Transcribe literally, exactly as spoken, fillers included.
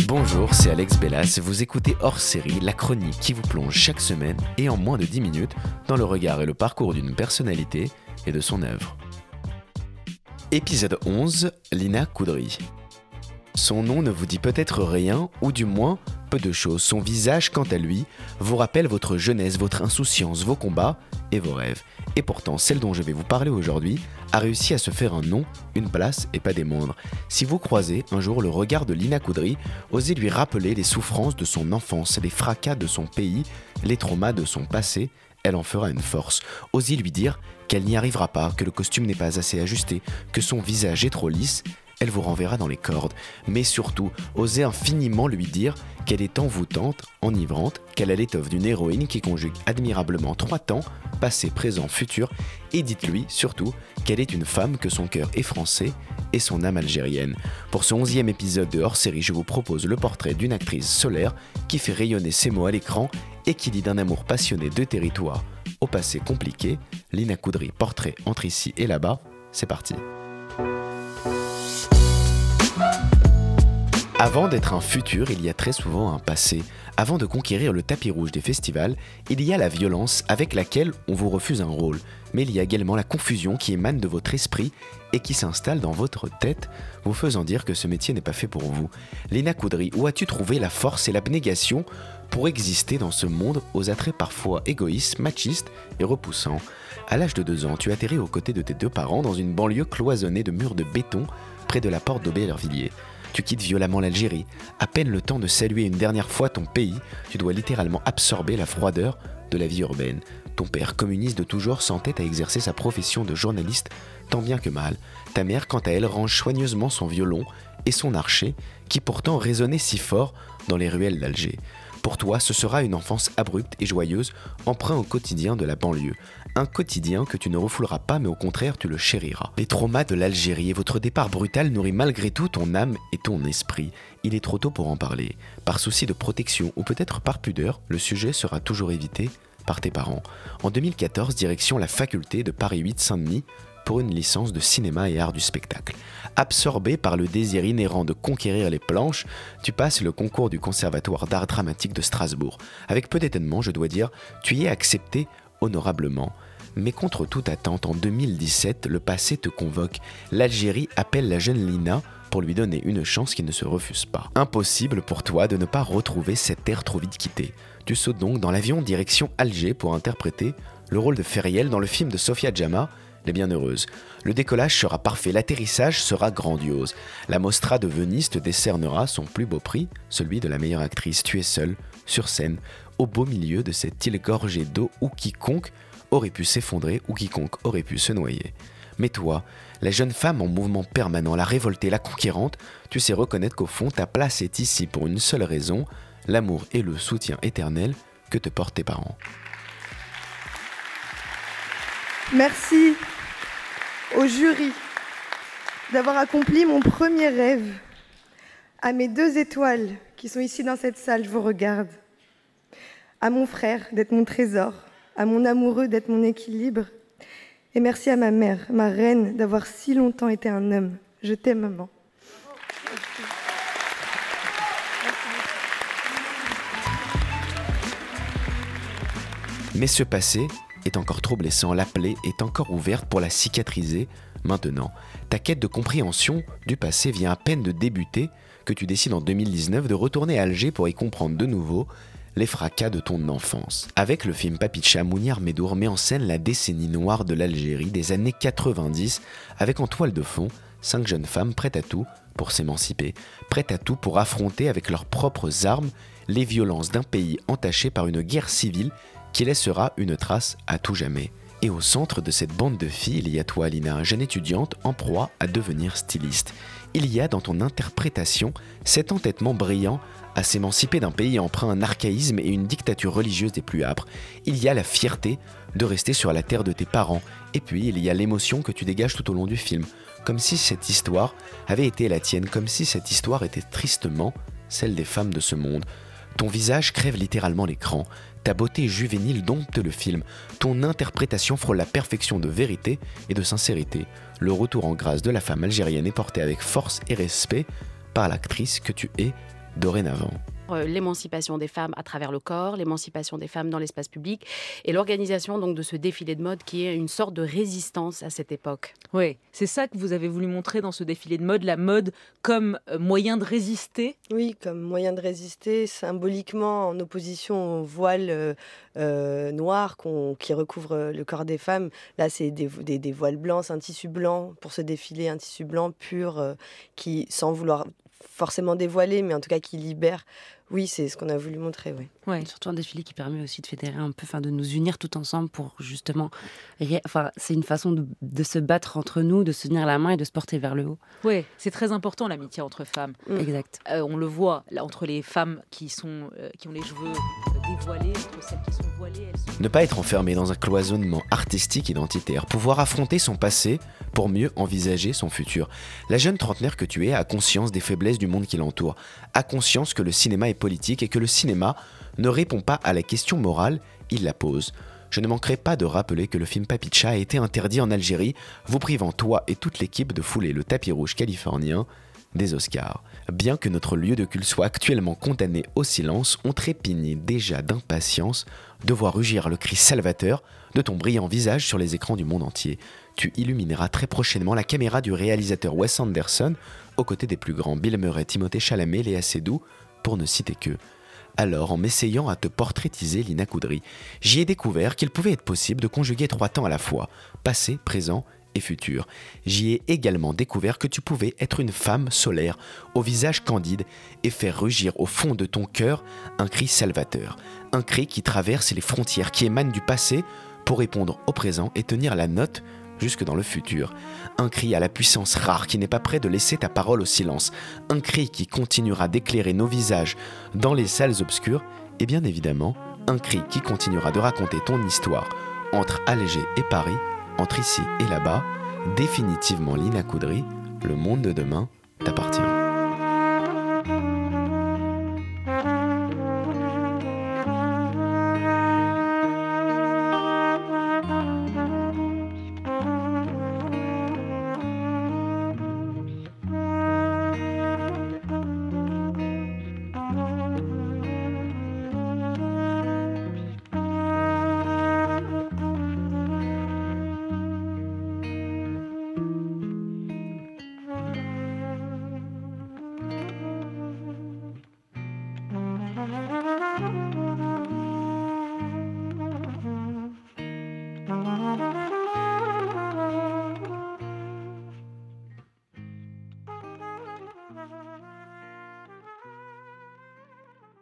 Bonjour, c'est Alex Bellas, vous écoutez Hors Série, la chronique qui vous plonge chaque semaine et en moins de dix minutes dans le regard et le parcours d'une personnalité et de son œuvre. Épisode onze, Lina Kudry. Son nom ne vous dit peut-être rien, ou du moins peu de choses. Son visage, quant à lui, vous rappelle votre jeunesse, votre insouciance, vos combats et vos rêves. Et pourtant, celle dont je vais vous parler aujourd'hui a réussi à se faire un nom, une place et pas des moindres. Si vous croisez un jour le regard de Lina Kudry, osez lui rappeler les souffrances de son enfance, les fracas de son pays, les traumas de son passé, elle en fera une force. Osez lui dire qu'elle n'y arrivera pas, que le costume n'est pas assez ajusté, que son visage est trop lisse. Elle vous renverra dans les cordes. Mais surtout, osez infiniment lui dire qu'elle est envoûtante, enivrante, qu'elle a l'étoffe d'une héroïne qui conjugue admirablement trois temps, passé, présent, futur, et dites-lui surtout qu'elle est une femme, que son cœur est français et son âme algérienne. Pour ce onzième épisode de Hors Série, je vous propose le portrait d'une actrice solaire qui fait rayonner ses mots à l'écran et qui lit d'un amour passionné de territoire au passé compliqué. Lina Kudry, portrait entre ici et là-bas, c'est parti. Avant d'être un futur, il y a très souvent un passé. Avant de conquérir le tapis rouge des festivals, il y a la violence avec laquelle on vous refuse un rôle. Mais il y a également la confusion qui émane de votre esprit et qui s'installe dans votre tête, vous faisant dire que ce métier n'est pas fait pour vous. Lina Kudry, où as-tu trouvé la force et l'abnégation pour exister dans ce monde aux attraits parfois égoïstes, machistes et repoussants? À l'âge de deux ans, tu atterris aux côtés de tes deux parents dans une banlieue cloisonnée de murs de béton près de la porte d'Aubervilliers. Tu quittes violemment l'Algérie. À peine le temps de saluer une dernière fois ton pays, tu dois littéralement absorber la froideur de la vie urbaine. Ton père, communiste de toujours, s'entête à exercer sa profession de journaliste tant bien que mal. Ta mère, quant à elle, range soigneusement son violon et son archet, qui pourtant résonnaient si fort dans les ruelles d'Alger. Pour toi, ce sera une enfance abrupte et joyeuse, emprunt au quotidien de la banlieue. Un quotidien que tu ne refouleras pas, mais au contraire, tu le chériras. Les traumas de l'Algérie et votre départ brutal nourrit malgré tout ton âme et ton esprit. Il est trop tôt pour en parler. Par souci de protection ou peut-être par pudeur, le sujet sera toujours évité par tes parents. En deux mille quatorze, direction la faculté de Paris huit Saint-Denis pour une licence de cinéma et art du spectacle. Absorbé par le désir inhérent de conquérir les planches, tu passes le concours du Conservatoire d'art dramatique de Strasbourg. Avec peu d'étonnement, je dois dire, tu y es accepté honorablement. Mais contre toute attente, en deux mille dix-sept, le passé te convoque. L'Algérie appelle la jeune Lina pour lui donner une chance qui ne se refuse pas. Impossible pour toi de ne pas retrouver cette terre trop vite quittée. Tu sautes donc dans l'avion direction Alger pour interpréter le rôle de Feriel dans le film de Sofia Djama, Les Bienheureuses. Le décollage sera parfait, l'atterrissage sera grandiose. La Mostra de Venise te décernera son plus beau prix, celui de la meilleure actrice. Tu es seule, sur scène, au beau milieu de cette île gorgée d'eau où quiconque aurait pu s'effondrer, où quiconque aurait pu se noyer. Mais toi, la jeune femme en mouvement permanent, la révoltée, la conquérante, tu sais reconnaître qu'au fond, ta place est ici pour une seule raison, l'amour et le soutien éternel que te portent tes parents. Merci au jury d'avoir accompli mon premier rêve. À mes deux étoiles qui sont ici dans cette salle, je vous regarde. À mon frère d'être mon trésor, à mon amoureux d'être mon équilibre. Et merci à ma mère, ma reine, d'avoir si longtemps été un homme. Je t'aime, maman. Mais ce passé est encore trop blessant, la plaie est encore ouverte pour la cicatriser maintenant. Ta quête de compréhension du passé vient à peine de débuter que tu décides en deux mille dix-neuf de retourner à Alger pour y comprendre de nouveau les fracas de ton enfance. Avec le film Papicha, Mounier Medour met en scène la décennie noire de l'Algérie des années quatre-vingt-dix, avec en toile de fond cinq jeunes femmes prêtes à tout pour s'émanciper, prêtes à tout pour affronter avec leurs propres armes les violences d'un pays entaché par une guerre civile qui laissera une trace à tout jamais. Et au centre de cette bande de filles, il y a toi, Lina, jeune étudiante en proie à devenir styliste. Il y a dans ton interprétation cet entêtement brillant à s'émanciper d'un pays empreint un archaïsme et une dictature religieuse des plus âpres. Il y a la fierté de rester sur la terre de tes parents. Et puis, il y a l'émotion que tu dégages tout au long du film. Comme si cette histoire avait été la tienne, comme si cette histoire était tristement celle des femmes de ce monde. Ton visage crève littéralement l'écran. Ta beauté juvénile dompte le film. Ton interprétation frôle la perfection de vérité et de sincérité. Le retour en grâce de la femme algérienne est porté avec force et respect par l'actrice que tu es dorénavant. L'émancipation des femmes à travers le corps, l'émancipation des femmes dans l'espace public et l'organisation donc de ce défilé de mode qui est une sorte de résistance à cette époque. Oui, c'est ça que vous avez voulu montrer dans ce défilé de mode, la mode comme moyen de résister. Oui, comme moyen de résister symboliquement en opposition au voile euh, euh, noir qu'on, qui recouvre le corps des femmes. Là, c'est des, des, des voiles blancs, un tissu blanc pour ce défilé, un tissu blanc pur euh, qui, sans vouloir forcément dévoiler, mais en tout cas qui libère. Oui, c'est ce qu'on a voulu montrer, oui. Ouais. Surtout un défilé qui permet aussi de fédérer un peu, enfin de nous unir tout ensemble pour justement, enfin c'est une façon de, de se battre entre nous, de se tenir la main et de se porter vers le haut. Oui, c'est très important l'amitié entre femmes. Mmh. Exact. Euh, on le voit là, entre les femmes qui sont, euh, qui ont les cheveux euh, dévoilés, entre celles qui sont voilées. Elles sont... Ne pas être enfermé dans un cloisonnement artistique identitaire, pouvoir affronter son passé pour mieux envisager son futur. La jeune trentenaire que tu es a conscience des faiblesses du monde qui l'entoure, a conscience que le cinéma est politique et que le cinéma ne répond pas à la question morale, il la pose. Je ne manquerai pas de rappeler que le film Papicha a été interdit en Algérie, vous privant toi et toute l'équipe de fouler le tapis rouge californien des Oscars. Bien que notre lieu de culte soit actuellement condamné au silence, on trépigne déjà d'impatience de voir rugir le cri salvateur de ton brillant visage sur les écrans du monde entier. Tu illumineras très prochainement la caméra du réalisateur Wes Anderson, aux côtés des plus grands Bill Murray, Timothée Chalamet, Léa Seydoux, pour ne citer qu'eux. Alors, en m'essayant à te portraitiser, Lina Coudry, j'y ai découvert qu'il pouvait être possible de conjuguer trois temps à la fois, passé, présent et futur. J'y ai également découvert que tu pouvais être une femme solaire, au visage candide, et faire rugir au fond de ton cœur un cri salvateur. Un cri qui traverse les frontières, qui émane du passé pour répondre au présent et tenir la note jusque dans le futur. Un cri à la puissance rare qui n'est pas prêt de laisser ta parole au silence. Un cri qui continuera d'éclairer nos visages dans les salles obscures. Et bien évidemment, un cri qui continuera de raconter ton histoire entre Alger et Paris, entre ici et là-bas. Définitivement Lina Coudry, le monde de demain t'appartient.